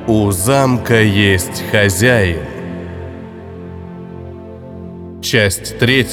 У замка есть хозяин. Часть 3.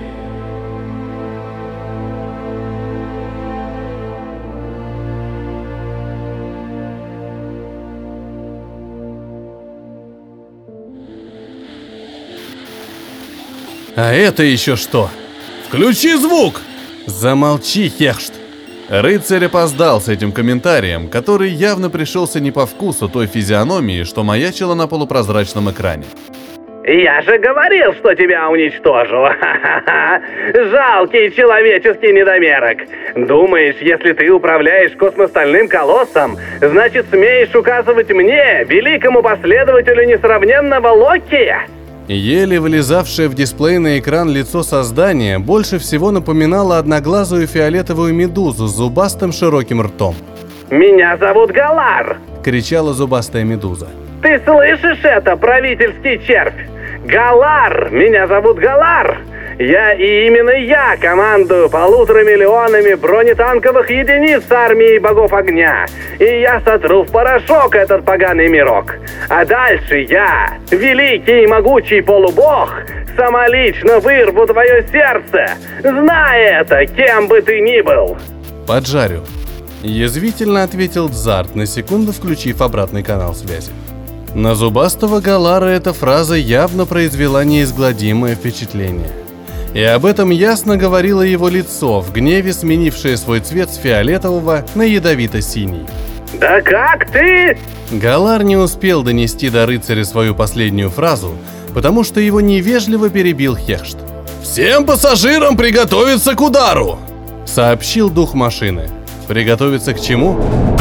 А это еще что? Включи звук! Замолчи, Хехшт! Рыцарь опоздал с этим комментарием, который явно пришелся не по вкусу той физиономии, что маячила на полупрозрачном экране. Я же говорил, что тебя уничтожу. Жалкий человеческий недомерок. Думаешь, если ты управляешь космостальным колоссом, значит смеешь указывать мне, великому последователю несравненного Локи? Еле вылезавшее в дисплей на экран лицо создания больше всего напоминало одноглазую фиолетовую медузу с зубастым широким ртом. «Меня зовут Галар!» — кричала зубастая медуза. «Ты слышишь это, правительский червь? Галар! Меня зовут Галар! И именно я командую 1,5 миллионами бронетанковых единиц армии богов огня. И я сотру в порошок этот поганый мирок. А дальше я, великий и могучий полубог, самолично вырву твое сердце. Знай это, кем бы ты ни был!» «Поджарю», — язвительно ответил Дзарт, на секунду включив обратный канал связи. На зубастого Галара эта фраза явно произвела неизгладимое впечатление. И об этом ясно говорило его лицо, в гневе сменившее свой цвет с фиолетового на ядовито-синий. «Да как ты?» Галар не успел донести до рыцаря свою последнюю фразу, потому что его невежливо перебил Хехшт. «Всем пассажирам приготовиться к удару!» — сообщил дух машины. «Приготовиться к чему?»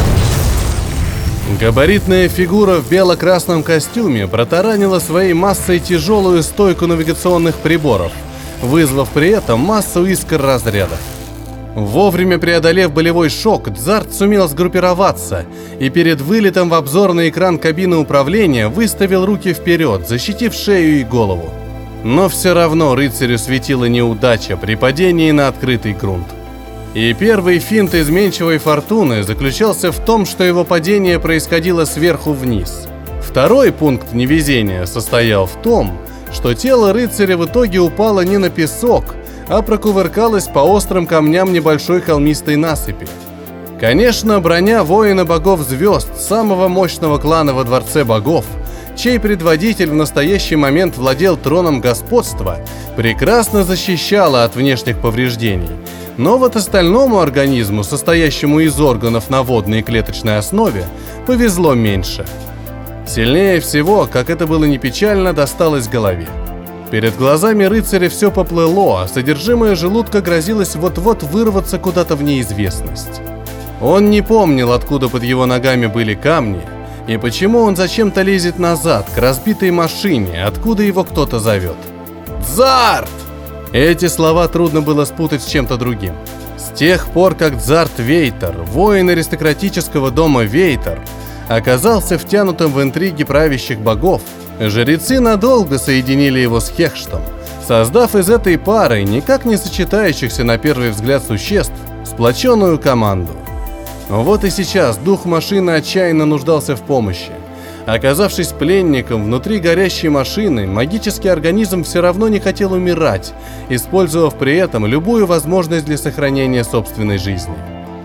Габаритная фигура в бело-красном костюме протаранила своей массой тяжелую стойку навигационных приборов, вызвав при этом массу искр разрядов. Вовремя преодолев болевой шок, Дзарт сумел сгруппироваться и перед вылетом в обзорный экран кабины управления выставил руки вперед, защитив шею и голову. Но все равно рыцарю светила неудача при падении на открытый грунт. И первый финт изменчивой фортуны заключался в том, что его падение происходило сверху вниз. Второй пункт невезения состоял в том, что тело рыцаря в итоге упало не на песок, а прокувыркалось по острым камням небольшой холмистой насыпи. Конечно, броня воина богов звезд, самого мощного клана во Дворце богов, чей предводитель в настоящий момент владел троном господства, прекрасно защищала от внешних повреждений. Но вот остальному организму, состоящему из органов на водной и клеточной основе, повезло меньше. Сильнее всего, как это было ни печально, досталось голове. Перед глазами рыцаря все поплыло, а содержимое желудка грозилось вот-вот вырваться куда-то в неизвестность. Он не помнил, откуда под его ногами были камни, и почему он зачем-то лезет назад, к разбитой машине, откуда его кто-то зовет. «Дзарт!» Эти слова трудно было спутать с чем-то другим. С тех пор, как Дзарт Вейтер, воин аристократического дома Вейтер, оказался втянутым в интриги правящих богов, жрецы надолго соединили его с Хехштом, создав из этой пары, никак не сочетающихся на первый взгляд существ, сплоченную команду. Вот и сейчас дух машины отчаянно нуждался в помощи. Оказавшись пленником внутри горящей машины, магический организм все равно не хотел умирать, использовав при этом любую возможность для сохранения собственной жизни.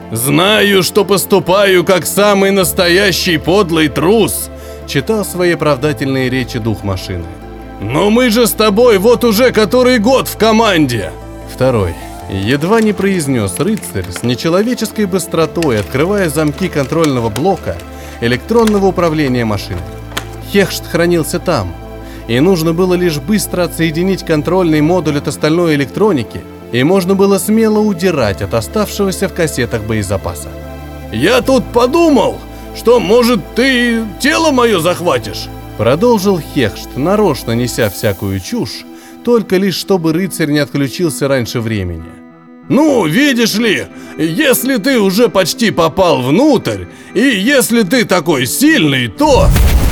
«Знаю, что поступаю как самый настоящий подлый трус», — читал свои оправдательные речи дух машины. «Но мы же с тобой вот уже который год в команде!» Второй. Едва не произнес рыцарь с нечеловеческой быстротой, открывая замки контрольного блока электронного управления машиной. Хехшт хранился там, и нужно было лишь быстро отсоединить контрольный модуль от остальной электроники, и можно было смело удирать от оставшегося в кассетах боезапаса. «Я тут подумал, что, может, ты тело мое захватишь?» Продолжил Хехшт, нарочно неся всякую чушь, только лишь чтобы рыцарь не отключился раньше времени. «Ну, видишь ли, если ты уже почти попал внутрь, и если ты такой сильный, то...»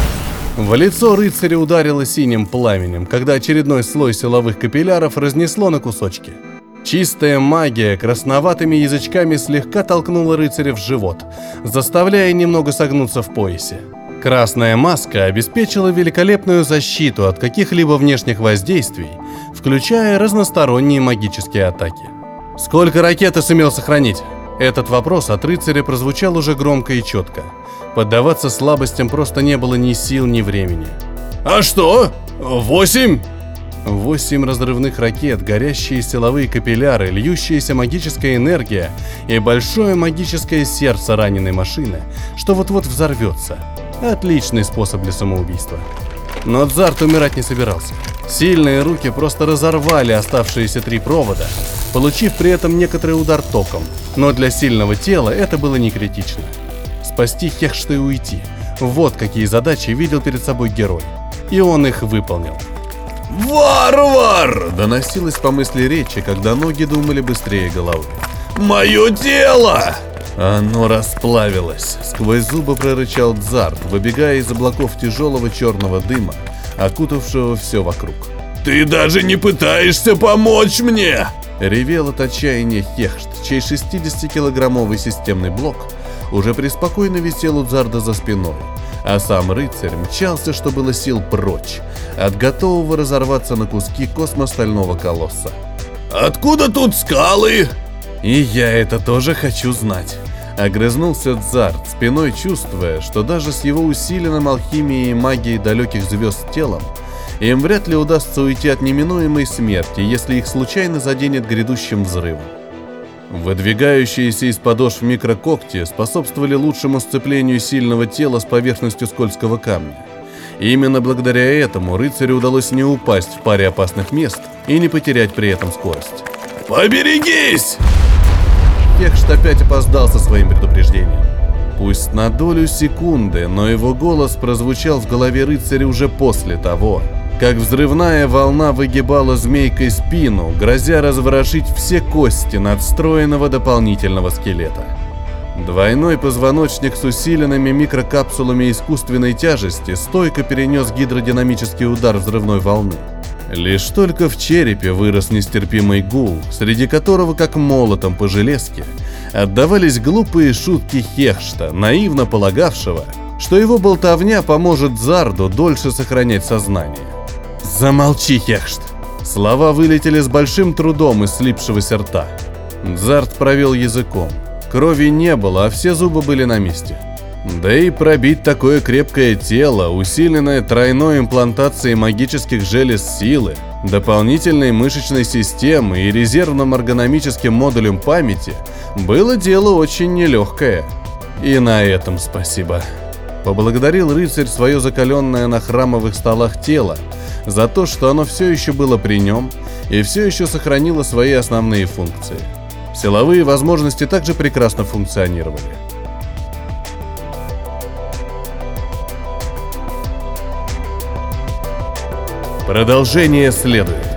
В лицо рыцаря ударило синим пламенем, когда очередной слой силовых капилляров разнесло на кусочки. Чистая магия красноватыми язычками слегка толкнула рыцаря в живот, заставляя немного согнуться в поясе. Красная маска обеспечила великолепную защиту от каких-либо внешних воздействий, включая разносторонние магические атаки. «Сколько ракет ты сумел сохранить?» Этот вопрос от рыцаря прозвучал уже громко и четко. Поддаваться слабостям просто не было ни сил, ни времени. «А что? 8?» 8 разрывных ракет, горящие силовые капилляры, льющаяся магическая энергия и большое магическое сердце раненой машины, что вот-вот взорвется. Отличный способ для самоубийства. Но Дзарт умирать не собирался. Сильные руки просто разорвали оставшиеся 3 провода, получив при этом некоторый удар током. Но для сильного тела это было не критично. Спасти Хехшта и уйти. Вот какие задачи видел перед собой герой. И он их выполнил. «Варвар!» — Доносилось по мысли речи, когда ноги думали быстрее головы. «Мое тело!» Оно расплавилось. Сквозь зубы прорычал Дзарт, выбегая из облаков тяжелого черного дыма, окутавшего все вокруг. «Ты даже не пытаешься помочь мне!» Ревел от отчаяния Хехшт, чей 60-килограммовый системный блок уже преспокойно висел у Дзарда за спиной, а сам рыцарь мчался, что было сил, прочь от готового разорваться на куски космостального колосса. «Откуда тут скалы?» «И я это тоже хочу знать», — огрызнулся Дзарт, спиной чувствуя, что даже с его усиленным алхимией и магией далеких звезд телом им вряд ли удастся уйти от неминуемой смерти, если их случайно заденет грядущим взрывом. Выдвигающиеся из подошв микрокогти способствовали лучшему сцеплению сильного тела с поверхностью скользкого камня. И именно благодаря этому рыцарю удалось не упасть в паре опасных мест и не потерять при этом скорость. «Поберегись!» Хехшт опять опоздал со своим предупреждением. Пусть на долю секунды, но его голос прозвучал в голове рыцаря уже после того, как взрывная волна выгибала змейкой спину, грозя разворошить все кости надстроенного дополнительного скелета. Двойной позвоночник с усиленными микрокапсулами искусственной тяжести стойко перенес гидродинамический удар взрывной волны. Лишь только в черепе вырос нестерпимый гул, среди которого, как молотом по железке, отдавались глупые шутки Хехшта, наивно полагавшего, что его болтовня поможет Зарду дольше сохранять сознание. «Замолчи, Хехшт!» Слова вылетели с большим трудом из слипшегося рта. Зард провел языком. Крови не было, а все зубы были на месте. Да и пробить такое крепкое тело, усиленное тройной имплантацией магических желез силы, дополнительной мышечной системы и резервным эргономическим модулем памяти, было дело очень нелегкое. И на этом спасибо. Поблагодарил рыцарь свое закаленное на храмовых столах тело за то, что оно все еще было при нем и все еще сохранило свои основные функции. Силовые возможности также прекрасно функционировали. Продолжение следует.